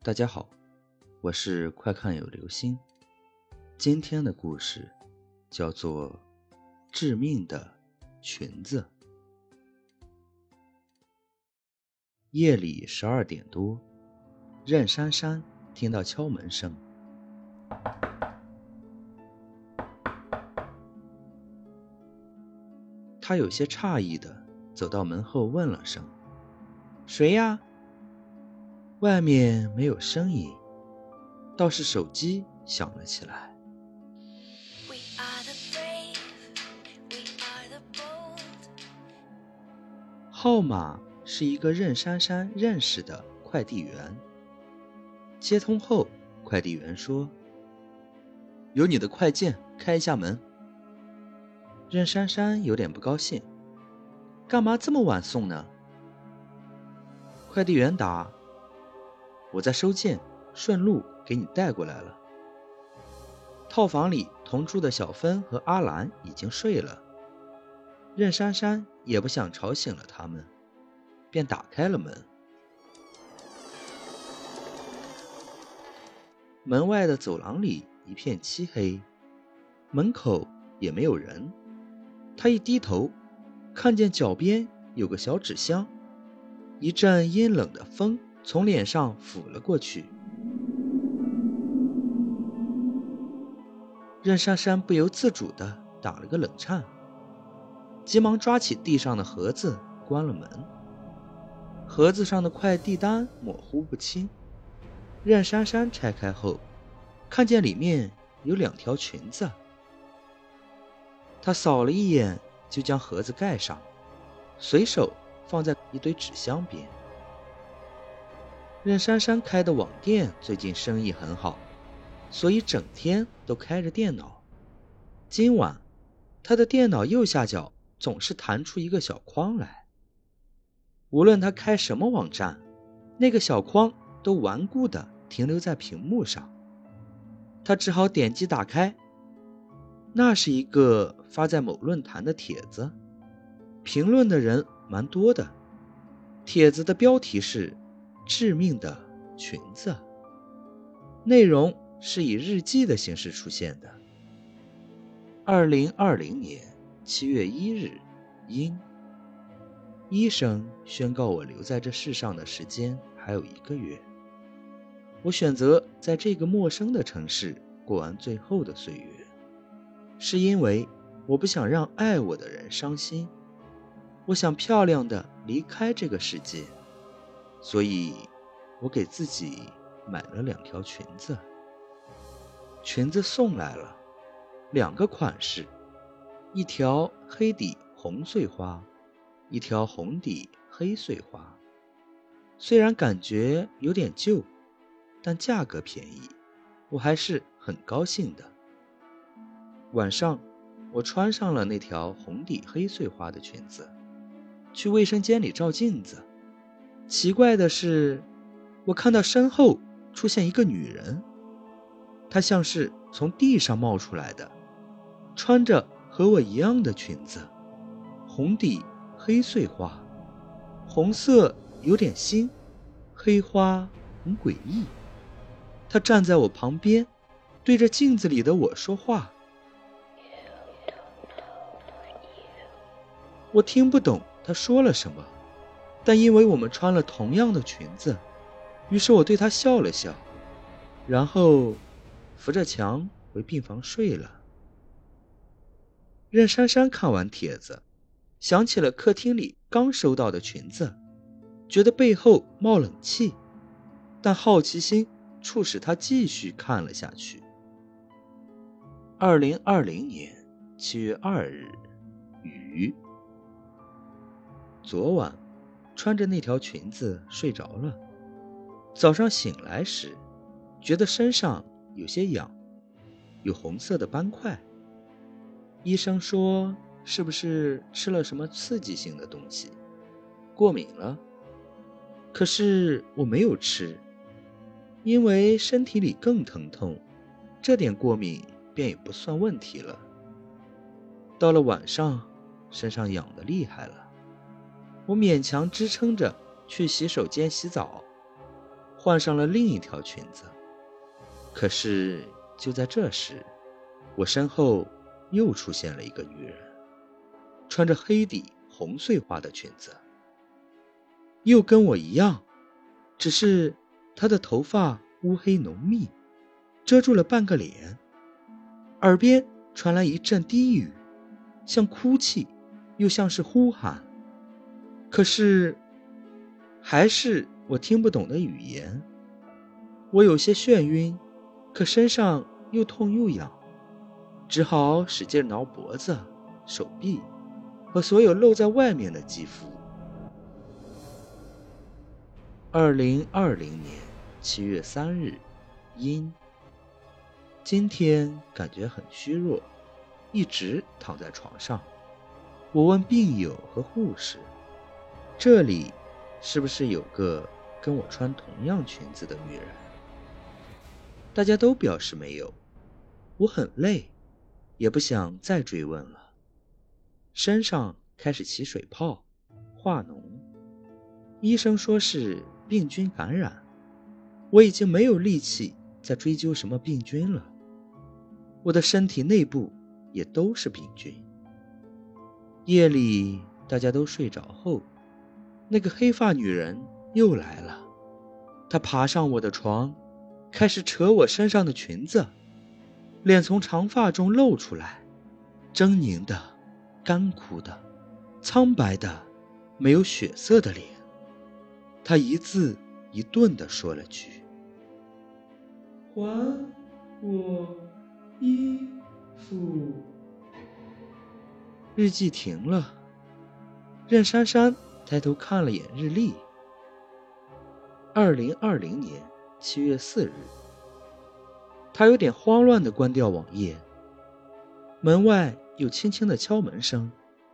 大家好，我是快看有流星。今天的故事叫做致命的裙子。夜里12点多，任珊珊听到敲门声。她有些诧异地走到门后问了声：“谁呀？”外面没有声音，倒是手机响了起来。号码是一个任珊珊认识的快递员。接通后，快递员说：“有你的快件，开一下门。”任珊珊有点不高兴：“干嘛这么晚送呢？”快递员答：“我在收件，顺路给你带过来了。”套房里同住的小芬和阿兰已经睡了，任珊珊也不想吵醒了他们，便打开了门。门外的走廊里一片漆黑，门口也没有人。他一低头，看见脚边有个小纸箱，一阵阴冷的风从脸上拂了过去。任珊珊不由自主地打了个冷颤，急忙抓起地上的盒子关了门。盒子上的快递单模糊不清，任珊珊拆开后，看见里面有2条裙子。她扫了一眼，就将盒子盖上，随手放在一堆纸箱边。任珊珊开的网店最近生意很好，所以整天都开着电脑。今晚，她的电脑右下角总是弹出一个小框来。无论她开什么网站，那个小框都顽固地停留在屏幕上。她只好点击打开，那是一个发在某论坛的帖子，评论的人蛮多的。帖子的标题是致命的裙子，内容是以日记的形式出现的。2020年7月1日，阴。医生宣告我留在这世上的时间还有1个月。我选择在这个陌生的城市过完最后的岁月，是因为我不想让爱我的人伤心。我想漂亮地离开这个世界，所以我给自己买了2条裙子。裙子送来了，2个款式，一条黑底红碎花，一条红底黑碎花。虽然感觉有点旧，但价格便宜，我还是很高兴的。晚上，我穿上了那条红底黑碎花的裙子，去卫生间里照镜子。奇怪的是，我看到身后出现一个女人，她像是从地上冒出来的，穿着和我一样的裙子，红底黑碎花，红色有点腥，黑花很诡异。她站在我旁边，对着镜子里的我说话。我听不懂她说了什么，但因为我们穿了同样的裙子，于是我对她笑了笑，然后扶着墙回病房睡了。任珊珊看完帖子，想起了客厅里刚收到的裙子，觉得背后冒冷气，但好奇心促使她继续看了下去。2020年7月2日，雨。昨晚穿着那条裙子睡着了，早上醒来时，觉得身上有些痒，有红色的斑块。医生说是不是吃了什么刺激性的东西，过敏了？可是我没有吃，因为身体里更疼痛，这点过敏便也不算问题了。到了晚上，身上痒得厉害了，我勉强支撑着去洗手间洗澡。 换上了另一条裙子。可是就在这时，我身后又出现了一个女人，穿着黑底红碎花的裙子，又跟我一样，只是她的头发乌黑浓密，遮住了半个脸，耳边传来一阵低语，像哭泣又像是呼喊，可是还是我听不懂的语言。我有些眩晕，可身上又痛又痒，只好使劲挠脖子、手臂和所有露在外面的肌肤。2020年7月3日，阴。今天感觉很虚弱，一直躺在床上。我问病友和护士，这里是不是有个跟我穿同样裙子的女人？大家都表示没有。我很累，也不想再追问了。身上开始起水泡、化脓，医生说是病菌感染。我已经没有力气再追究什么病菌了。我的身体内部也都是病菌。夜里大家都睡着后，那个黑发女人又来了。她爬上我的床，开始扯我身上的裙子，脸从长发中露出来，狰狞的、干枯的、苍白的、没有血色的脸。她一字一顿地说了句：“还我衣服。”日记停了。任珊珊抬头看了眼日历。2020年7月4日。她有点慌乱地关掉网页。门外有轻轻的敲门声。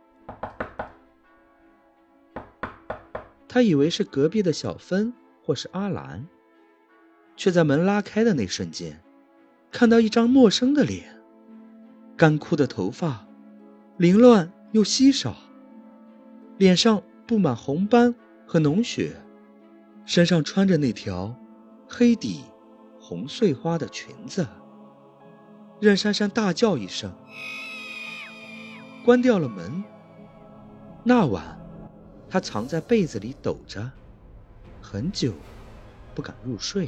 她以为是隔壁的小芬或是阿兰，却在门拉开的那瞬间，看到一张陌生的脸，干枯的头发，凌乱又稀少，脸上布满红斑和脓血，身上穿着那条黑底红碎花的裙子。任珊珊大叫一声，关掉了门。那晚她藏在被子里抖着，很久不敢入睡。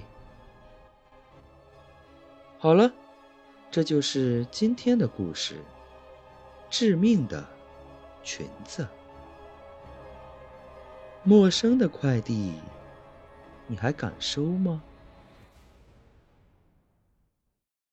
好了，这就是今天的故事，致命的裙子。陌生的快递，你还敢收吗？